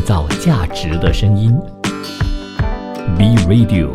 造价值的声音。B Radio。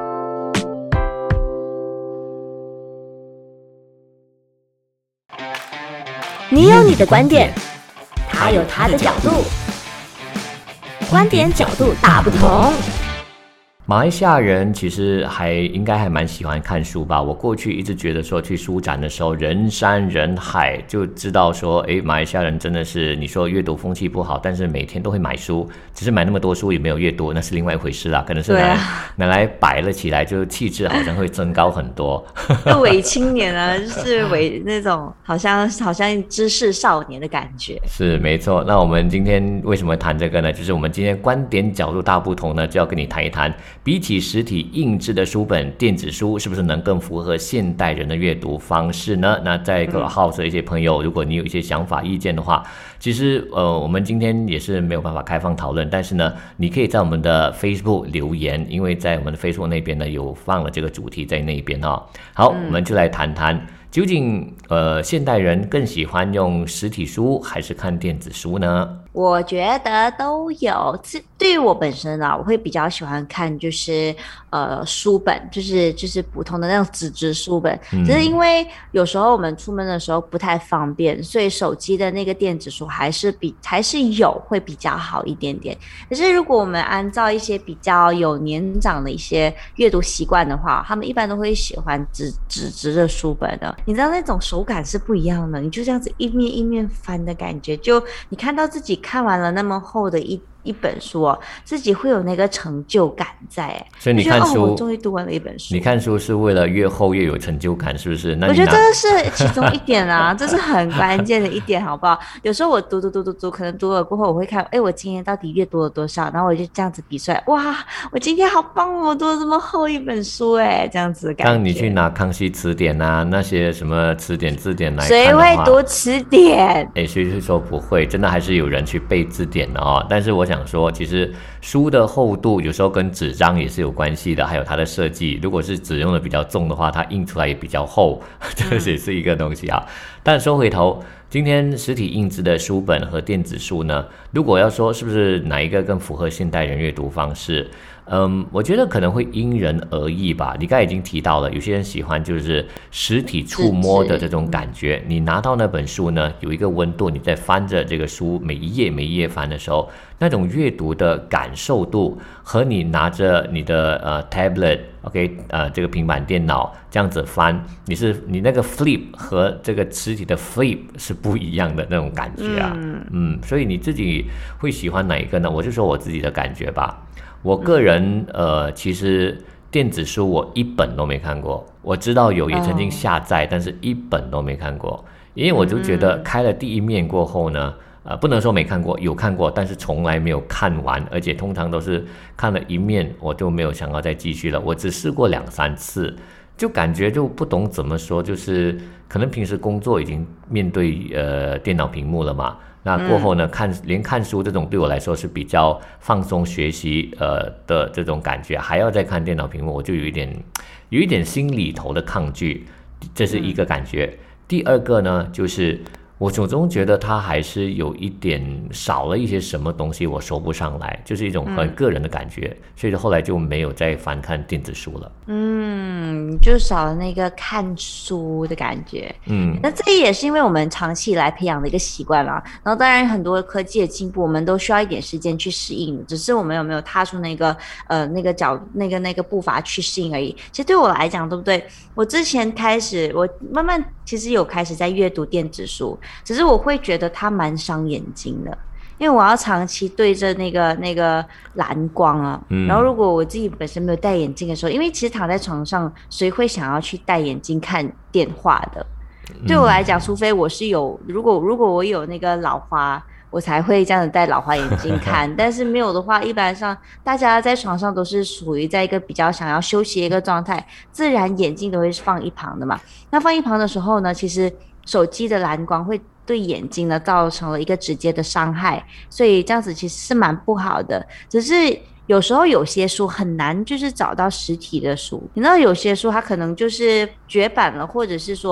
你有你的观点，他有他的角度，观点角度大不同。 马来西亚人其实应该还蛮喜欢看书吧。我过去一直觉得说去书展的时候人山人海，就知道说马来西亚人真的是，你说阅读风气不好，但是每天都会买书，只是买那么多书有没有阅读那是另外一回事啦，可能是拿来摆了起来，就气质好像会增高很多。 就伪青年啊，就是伪那种好像知识少年的感觉。 是没错。那我们今天为什么谈这个呢？就是我们今天观点角度大不同呢，就要跟你谈一谈，比起实体印制的书本，电子书是不是能更符合现代人的阅读方式呢？那在Clubhouse的一些朋友，如果你有一些想法意见的话，其实我们今天也是没有办法开放讨论，但是呢，你可以在我们的 Facebook 留言，因为在我们的 Facebook 那边呢有放了这个主题在那边哦。好，我们就来谈谈究竟现代人更喜欢用实体书还是看电子书呢？ 我觉得都有。对于我本身啊，我会比较喜欢看就是书本，就是普通的那种纸质书本。只是因为有时候我们出门的时候不太方便，所以手机的那个电子书还是有会比较好一点点。可是如果我们按照一些比较有年长的一些阅读习惯的话，他们一般都会喜欢纸质的书本的。你知道那种手感是不一样的，你就这样子一面一面翻的感觉，就你看到自己看完了那么厚的一本书哦，自己会有那个成就感在。 所以你看书， 我终于读完了一本书。 你看书是为了越厚越有成就感，是不是？那我觉得这是其中一点啊，这是很关键的一点，好不好？有时候我读，可能读了过后，我会看，我今天到底阅读了多少？然后我就这样子比出来，哇，我今天好棒哦，我读了这么厚一本书，这样子的感觉。 当你去拿康熙词典啊，那些什么词典、字典来看谁会读词典？ 谁是说不会？真的还是有人去背字典的哦。但是我想说，其实书的厚度有时候跟纸张也是有关系的，还有它的设计。如果是纸用的比较重的话，它印出来也比较厚，这也是一个东西啊。但说回头，今天实体印制的书本和电子书呢，如果要说是不是哪一个更符合现代人阅读方式，我觉得可能会因人而异吧。你刚才已经提到了，有些人喜欢就是实体触摸的这种感觉，你拿到那本书呢，有一个温度，你在翻着这个书，每一页翻的时候，那种阅读的感受度和你拿着你的tablet这个平板电脑这样子翻，你那个 flip 和这个实体的 flip 是不一样的那种感觉啊。所以你自己会喜欢哪一个呢？我就说我自己的感觉吧。我个人其实电子书我一本都没看过，我知道也曾经下载，但是一本都没看过，因为我就觉得开了第一面过后呢，不能说没看过，有看过，但是从来没有看完，而且通常都是看了一面我就没有想要再继续了。我只试过2-3次，就感觉就不懂怎么说，就是可能平时工作已经面对电脑屏幕了嘛。那过后呢，连看书这种对我来说是比较放松学习的这种感觉，还要再看电脑屏幕，我就有一点心里头的抗拒，这是一个感觉。第二个呢，就是我始终觉得它还是有一点少了一些什么东西，我说不上来，就是一种很个人的感觉，所以后来就没有再翻看电子书了。 就少了那个看书的感觉。那这也是因为我们长期以来培养的一个习惯啦。然后当然很多科技的进步，我们都需要一点时间去适应，只是我们有没有踏出那个步伐去适应而已。其实对我来讲，对不对？我之前我慢慢其实有开始在阅读电子书，只是我会觉得它蛮伤眼睛的。因为我要长期对着那个蓝光啊，然后如果我自己本身没有戴眼镜的时候，因为其实躺在床上，谁会想要去戴眼镜看电话的？对我来讲，除非我是如果我有那个老花，我才会这样子戴老花眼镜看。但是没有的话，一般上大家在床上都是属于在一个比较想要休息的一个状态，自然眼镜都会放一旁的嘛。那放一旁的时候呢，其实手机的蓝光会对眼睛呢造成了一个直接的伤害，所以这样子其实是蛮不好的。只是有时候有些书很难就是找到实体的书，你知道有些书它可能就是绝版了，或者是说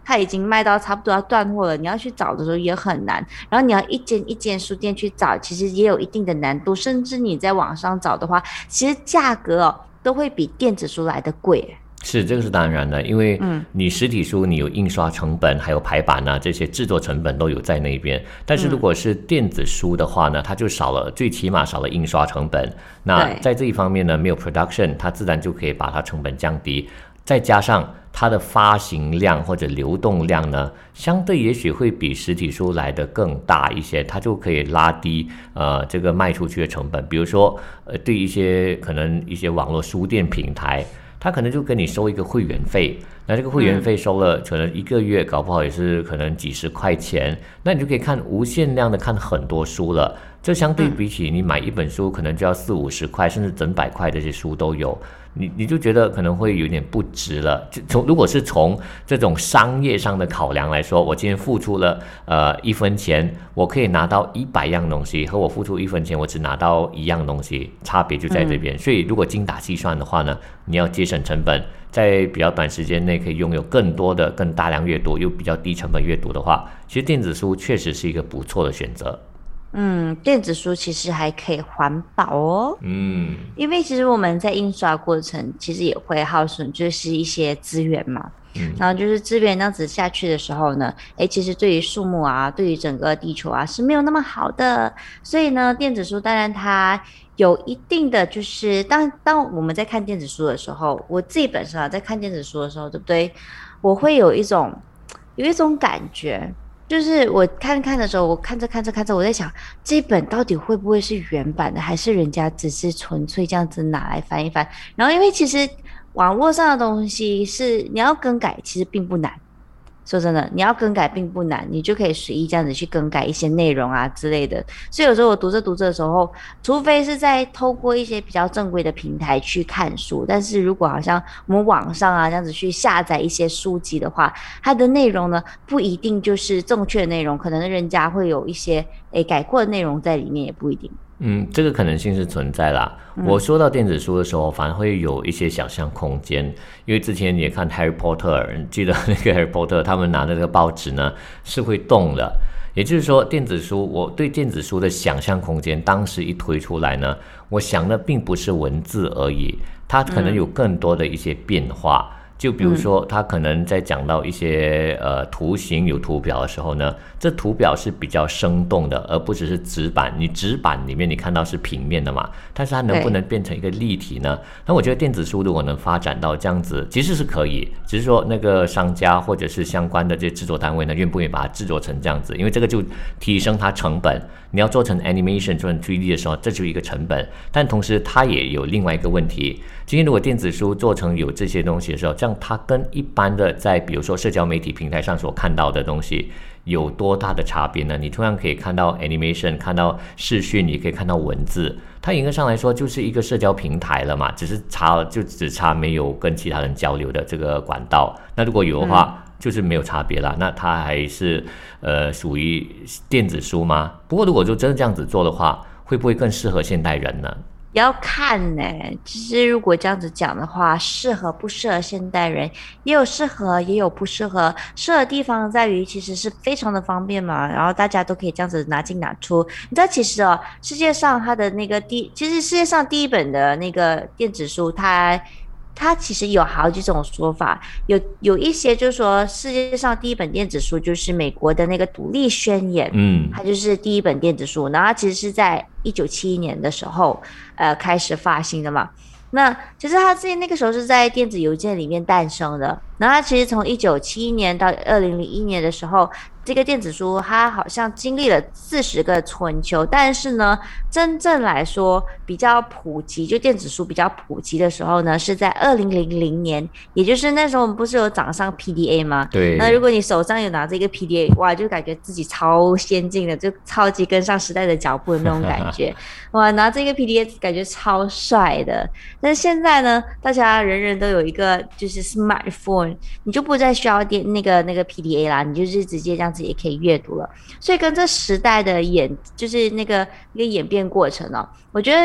它已经卖到差不多要断货了，你要去找的时候也很难，然后你要一间一间书店去找，其实也有一定的难度，甚至你在网上找的话，其实价格都会比电子书来的贵。 是，这个是当然的，因为你实体书你有印刷成本，还有排版啊，这些制作成本都有在那边。但是如果是电子书的话呢，它就少了，最起码少了印刷成本。那在这一方面呢，没有 production， 它自然就可以把它成本降低。再加上它的发行量或者流动量呢，相对也许会比实体书来的更大一些，它就可以拉低这个卖出去的成本。比如说对一些可能一些网络书店平台，他可能就跟你收一个会员费，那这个会员费收了，可能一个月搞不好也是可能几十块钱，那你就可以看无限量的看很多书了。这相对比起你买一本书，可能就要40-50块，甚至整百块，这些书都有。你就觉得可能会有点不值了。如果是从这种商业上的考量来说，我今天付出了1分钱，我可以拿到100样东西，和我付出1分钱，我只拿到1样东西，差别就在这边。所以如果精打细算的话呢，你要节省成本，在比较短时间内可以拥有更多的、更大量阅读，又比较低成本阅读的话，其实电子书确实是一个不错的选择。 电子书其实还可以环保哦。因为其实我们在印刷过程其实也会耗损，就是一些资源嘛。然后就是资源这样子下去的时候呢，其实对于树木啊，对于整个地球啊是没有那么好的。所以呢，电子书当然它有一定的，就是当我们在看电子书的时候，我自己本身在看电子书的时候，对不对？我会有一种感觉。就是我看的时候，我看着，我在想这本到底会不会是原版的，还是人家只是纯粹这样子拿来翻一翻？然后因为其实网络上的东西是你要更改，其实并不难。说真的，你要更改并不难，你就可以随意这样子去更改一些内容啊之类的。所以有时候我读着的时候，除非是在透过一些比较正规的平台去看书，但是如果好像我们网上啊这样子去下载一些书籍的话，它的内容呢不一定就是正确的内容，可能人家会有一些改过的内容在里面，也不一定。 这个可能性是存在啦。我说到电子书的时候，反而会有一些想象空间，因为之前也看 Harry Potter， 记得那个 Harry Potter 他们拿的这个报纸呢是会动的，也就是说电子书，我对电子书的想象空间当时一推出来呢，我想的并不是文字而已，它可能有更多的一些变化。就比如说他可能在讲到一些图形有图表的时候呢，这图表是比较生动的，而不只是纸板，你纸板里面你看到是平面的嘛，但是它能不能变成一个立体呢？那我觉得电子书如果能发展到这样子，其实是可以，只是说那个商家或者是相关的这些制作单位呢，愿不愿意把它制作成这样子，因为这个就提升它成本。你要做成 animation 做成 3D 的时候，这就是一个成本，但同时它也有另外一个问题。今天如果电子书做成有这些东西的时候，这样它跟一般的在比如说社交媒体平台上所看到的东西有多大的差别呢？你同样可以看到 animation， 看到视讯，也可以看到文字，它严格上来说就是一个社交平台了嘛，只差没有跟其他人交流的这个管道。那如果有的话，就是没有差别啦，那它还是属于电子书吗？不过如果就真的这样子做的话，会不会更适合现代人呢？ 要看呢，其实如果这样子讲的话，适合不适合现代人，也有适合，也有不适合。适合的地方在于，其实是非常的方便嘛，然后大家都可以这样子拿进拿出。你知道，其实世界上它的那个其实世界上第一本的那个电子书，它其实有好几种说法，有一些就是说世界上第一本电子书就是美国的那个独立宣言，它就是第一本电子书，然后它其实是在1971年的时候开始发行的嘛。那其实它那个时候是在电子邮件里面诞生的，然后它其实从1971年到2001年的时候，这个电子书它好像经历了40个春秋，但是呢，真正来说比较普及，就电子书比较普及的时候呢，是在2000年，也就是那时候我们不是有掌上 PDA 吗？ 对。 那如果你手上有拿这个 PDA， 哇，就感觉自己超先进的，就超级跟上时代的脚步的那种感觉，哇，拿这个 PDA 感觉超帅的。但是现在呢，大家人人都有一个就是 smartphone， 你就不再需要那个 PDA 啦，你就是直接这样子也可以阅读了。所以跟这时代的就是那个演变过程我觉得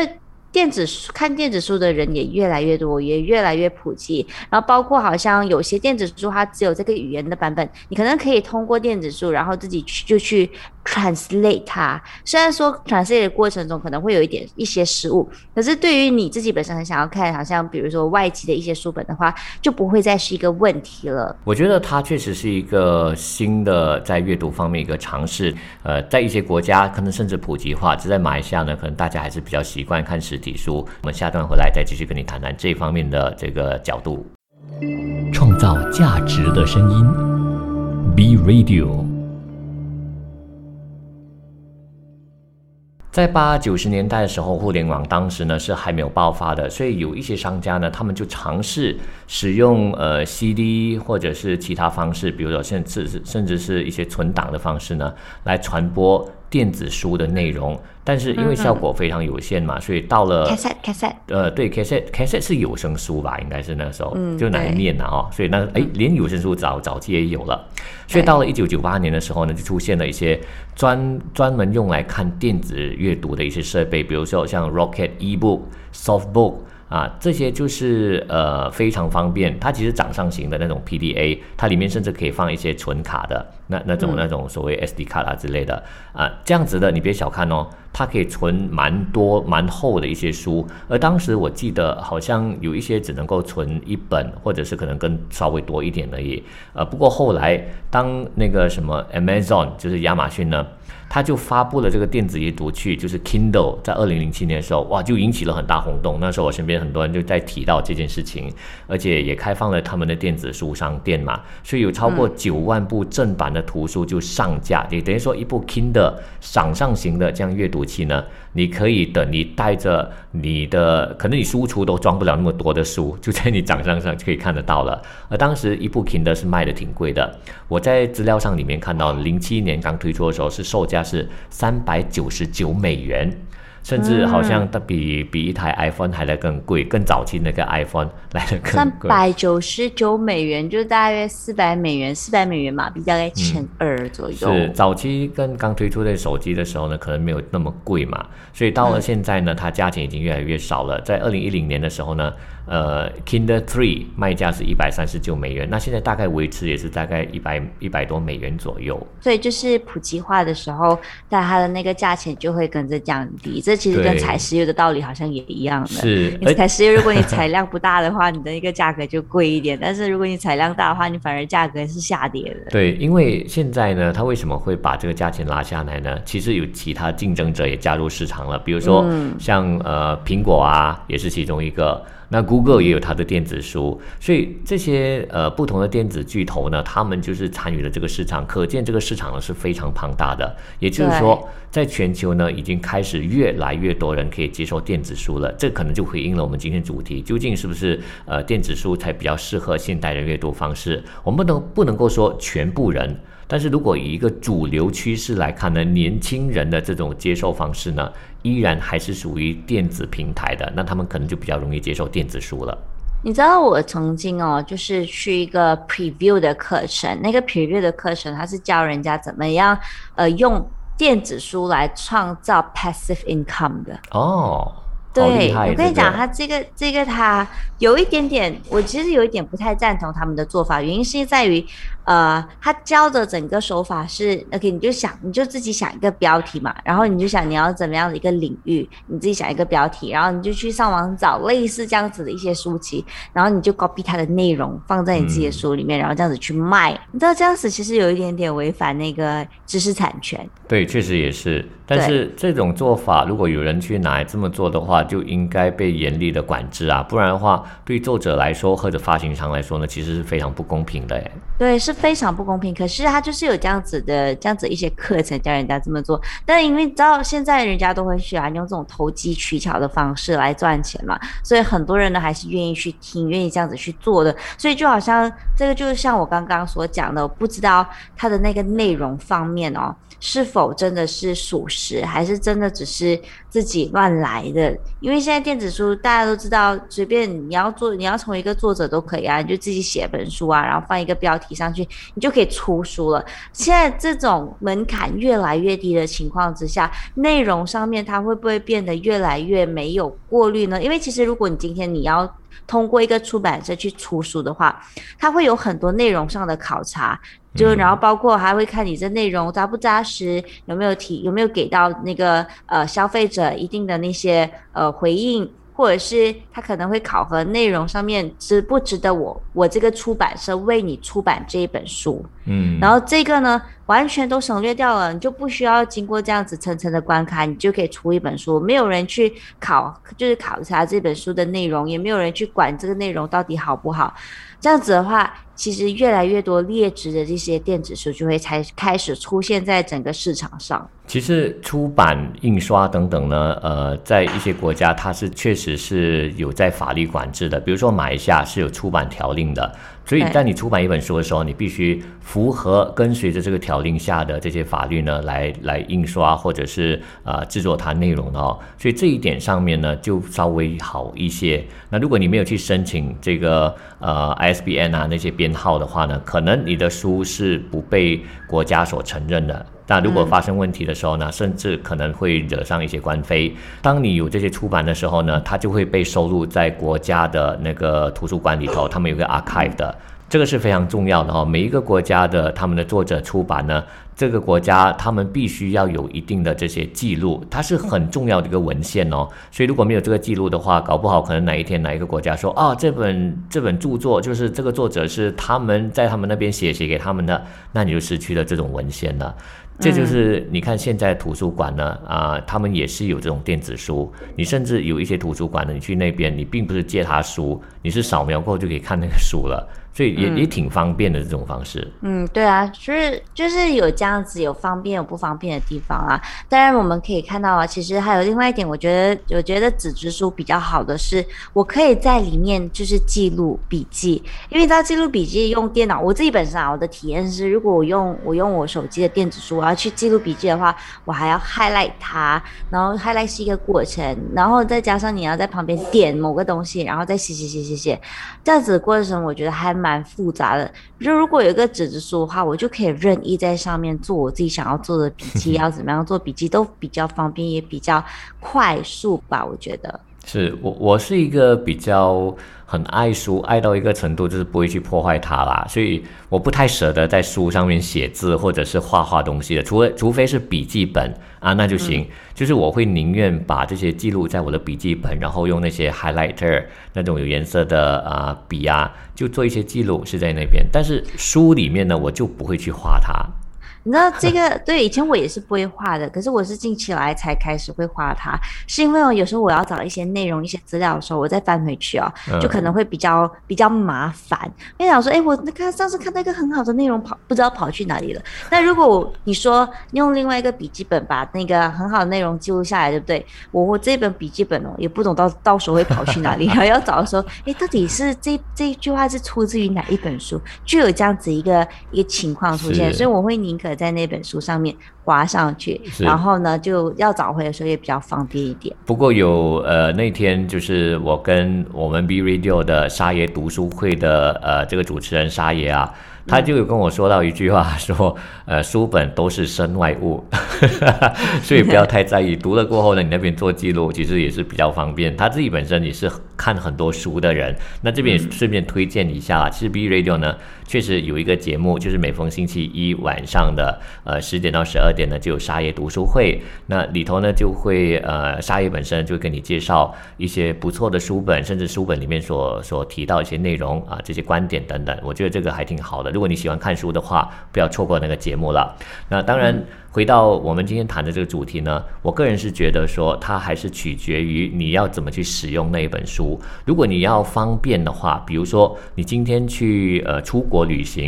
看电子书的人也越来越多，也越来越普及。然后包括好像有些电子书它只有这个语言的版本，你可能可以通过电子书，然后自己去 translate 它。虽然说 translate 的过程中可能会有一些失误，可是对于你自己本身很想要看，好像比如说外籍的一些书本的话，就不会再是一个问题了。 我觉得它确实是一个新的在阅读方面一个尝试。在一些国家可能甚至普及化，只在马来西亚呢，可能大家还是比较习惯看实体书。我们下段回来再继续跟你谈谈这方面的这个角度。创造价值的声音 ，B Radio。在80、90年代的时候，互联网当时呢是还没有爆发的，所以有一些商家呢，他们就尝试使用CD 或者是其他方式，比如说甚至是一些存档的方式呢，来传播电子书的内容。但是因为效果非常有限嘛，所以到了 cassette 对 cassette 是有声书吧，应该是那个时候就拿来念了所以那连有声书早期也有了。所以到了1998年的时候呢，就出现了一些专门用来看电子阅读的一些设备，比如说像 Rocket eBook、Softbook。这些就是非常方便，它其实掌上型的那种 PDA， 它里面甚至可以放一些存卡的那种所谓 SD 卡之类的这样子的你别小看它可以存蛮厚的一些书。而当时我记得好像有一些只能够存1本，或者是可能更稍微多一点而已。不过后来当那个什么 Amazon 就是亚马逊呢，他就发布了这个电子阅读器，就是 Kindle， 在2007年的时候，哇，就引起了很大轰动。那时候我身边很多人就在提到这件事情，而且也开放了他们的电子书商店嘛，所以有超过9万部正版的图书就上架，也等于说一部 Kindle 掌上型的这样阅读器呢，你可以等你带着你的，可能你书橱都装不了那么多的书，就在你掌上就可以看得到了。而当时一部 Kindle 是卖的挺贵的，我在资料上里面看到07年刚推出的时候是售价是$399，甚至好像比一台 iPhone 还来更贵，更早期那个 iPhone 来得更贵。 $399就大约$400马币，大概1200左右。 是早期跟刚推出的手机的时候呢，可能没有那么贵嘛，所以到了现在呢，它价钱已经越来越少了。在2010年的时候呢Kindle 3卖价是$139，那现在大概维持也是大概100多美元左右。 所以就是普及化的时候，但它的那个价钱就会跟着降低。这其实跟采石油的道理好像也一样的。 是， 你采石油，如果你采量不大的话，你的一个价格就贵一点；但是如果你采量大的话，你反而价格是下跌的。 对，因为现在呢，它为什么会把这个价钱拉下来呢？其实有其他竞争者也加入市场了，比如说像苹果也是其中一个。那 Google 也有它的电子书，所以这些不同的电子巨头呢，他们就是参与了这个市场，可见这个市场呢是非常庞大的。也就是说，在全球呢已经开始越来越多人可以接受电子书了。这可能就回应了我们今天主题，究竟是不是电子书才比较适合现代人阅读方式？我们不能够说全部人。但是如果以一个主流趋势来看呢，年轻人的这种接受方式呢，依然还是属于电子平台的，那他们可能就比较容易接受电子书了。 你知道我曾经就是去一个 preview 的课程，那个 preview 的课程它是教人家怎么样用电子书来创造 passive income 的。对，我跟你讲，他这个他有一点点，我其实有一点不太赞同他们的做法，原因是在于，他教的整个手法是 ，OK， 你就自己想一个标题嘛，然后你就想你要怎么样的一个领域，你自己想一个标题，然后你就去上网找类似这样子的一些书籍，然后你就 copy 它的内容放在你自己的书里面，然后这样子去卖，你知道这样子其实有一点点违反那个知识产权。 对，确实也是。但是这种做法，如果有人去拿来这么做的话，就应该被严厉的管制不然的话，对作者来说或者发行商来说呢，其实是非常不公平的。 对，是非常不公平。可是他就是有这样子一些课程教人家这么做，但因为你知道现在人家都会喜欢用这种投机取巧的方式来赚钱嘛，所以很多人呢还是愿意去听，愿意这样子去做的。所以就好像这个就是像我刚刚所讲的，我不知道他的那个内容方面是否真的是属实，还是真的只是自己乱来的因为现在电子书大家都知道，随便你要成为一个作者都可以啊，你就自己写本书啊，然后放一个标题上去，你就可以出书了。现在这种门槛越来越低的情况之下，内容上面它会不会变得越来越没有过滤呢？因为其实如果你今天你要通过一个出版社去出书的话，它会有很多内容上的考察，就然后包括还会看你这内容扎不扎实，有没有给到那个消费者一定的那些回应，或者是他可能会考核内容上面值不值得我这个出版社为你出版这一本书。然后这个呢完全都省略掉了，你就不需要经过这样子层层的关卡，你就可以出一本书，没有人去就是考察这本书的内容，也没有人去管这个内容到底好不好。这样子的话，其实越来越多劣质的这些电子书就会才开始出现在整个市场上。 其实出版、印刷等等呢，在一些国家它是确实是有在法律管制的，比如说马来西亚是有出版条令的，所以在你出版一本书的时候，你必须符合跟随着这个条令下的这些法律呢，来印刷或者是制作它内容的哦。所以这一点上面呢，就稍微好一些。那如果你没有去申请这个ISBN 啊那些编号的话呢，可能你的书是不被国家所承认的。那如果发生问题的时候呢，甚至可能会惹上一些官非。当你有这些出版的时候呢，它就会被收录在国家的那个图书馆里头，他们有个 archive 的，这个是非常重要的哦。每一个国家的他们的作者出版呢，这个国家他们必须要有一定的这些记录，它是很重要的一个文献哦。所以如果没有这个记录的话，搞不好可能哪一天哪一个国家说啊，这本著作就是这个作者是他们在他们那边写给他们的，那你就失去了这种文献了。这就是你看现在图书馆呢他们也是有这种电子书，你甚至有一些图书馆呢，你去那边你并不是借他书，你是扫描过后就可以看那个书了，所以也挺方便的这种方式。 对啊，就是有这样子有方便有不方便的地方啊。当然我们可以看到啊，其实还有另外一点，我觉得纸质书比较好的是，我可以在里面就是记录笔记，因为它记录笔记用电脑，我自己本身我的体验是，如果我用我手机的电子书，我要去记录笔记的话，我还要 highlight 它，然后 highlight 是一个过程，然后再加上你要在旁边点某个东西，然后再写，这样子的过程我觉得还蛮复杂的。就如果有一个纸质书的话，我就可以任意在上面做我自己想要做的笔记，要怎么样做笔记都比较方便，也比较快速吧，我觉得。 是我是一个比较很爱书，爱到一个程度就是不会去破坏它啦，所以我不太舍得在书上面写字或者是画东西的，除非是笔记本那就行。就是我会宁愿把这些记录在我的笔记本，然后用那些 highlighter 那种有颜色的笔就做一些记录是在那边，但是书里面呢我就不会去画它。 你知道这个对，以前我也是不会画的，可是我是近期来才开始会画它，是因为有时候我要找一些内容、一些资料的时候，我再翻回去就可能会比较麻烦。因为想说，我上次看到一个很好的内容不知道跑去哪里了。那如果你说用另外一个笔记本把那个很好的内容记录下来，对不对？我这本笔记本也不懂到时候会跑去哪里，然后要找的时候，到底是这一句话是出自于哪一本书，就有这样子一个情况出现，所以我会宁可在那本书上面滑上去，然后呢就要找回的时候也比较方便一点。 不过有那天就是我跟我们 B Radio 的沙爷读书会的这个主持人沙爷他就有跟我说到一句话，说书本都是身外物所以不要太在意，读了过后呢你那边做记录其实也是比较方便。他自己本身也是看很多书的人，那这边也顺便推荐一下其实 B Radio 呢确实有一个节目，就是每逢星期一晚上的10点到12点呢就有沙爷读书会，那里头呢就会沙爷本身就会跟你介绍一些不错的书本，甚至书本里面所提到一些内容这些观点等等，我觉得这个还挺好的。如果你喜欢看书的话，不要错过那个节目了。那当然回到我们今天谈的这个主题呢，我个人是觉得说它还是取决于你要怎么去使用那一本书。如果你要方便的话，比如说你今天去出国旅行，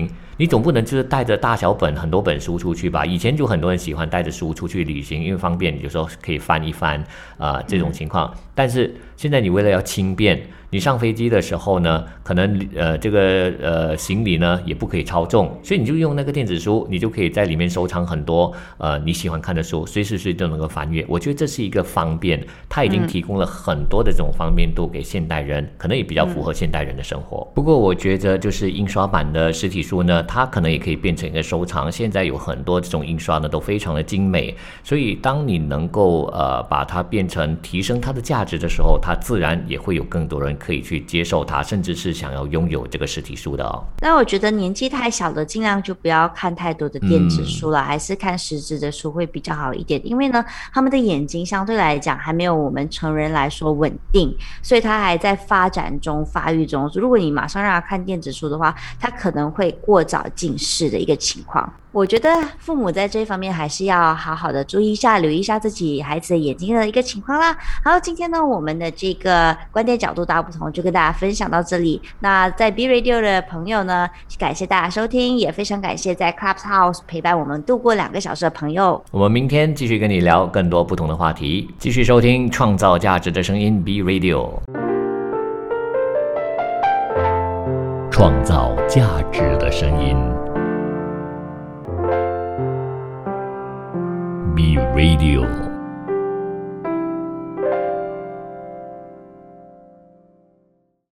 你总不能就是带着大小本很多本书出去吧？以前就很多人喜欢带着书出去旅行，因为方便，有时候可以翻一翻这种情况。但是现在你为了要轻便，你上飞机的时候呢，可能这个行李呢也不可以超重，所以你就用那个电子书，你就可以在里面收藏很多你喜欢看的书，随时随地都能够翻阅。我觉得这是一个方便，它已经提供了很多的这种方便度给现代人，可能也比较符合现代人的生活。不过我觉得就是印刷版的实体书呢，它可能也可以变成一个收藏。现在有很多这种印刷呢都非常的精美，所以当你能够把它变成提升它的价值的时候，它自然也会有更多人可以去接受它，甚至是想要拥有这个实体书的哦。 那我觉得年纪太小的尽量就不要看太多的电子书了，还是看实质的书会比较好一点。因为呢，他们的眼睛相对来讲还没有我们成人来说稳定，所以他还在发展中、发育中。如果你马上让他看电子书的话，他可能会过早近视的一个情况。我觉得父母在这方面还是要好好的注意一下，留意一下自己孩子的眼睛的一个情况啦。好，今天呢，我们的这个观点角度大不同就跟大家分享到这里。那在 B Radio 的朋友呢，感谢大家收听，也非常感谢在 Clubhouse 陪伴我们度过2个小时的朋友。 我们明天继续跟你聊更多不同的话题，继续收听创造价值的声音 B Radio， 创造价值的声音B Radio。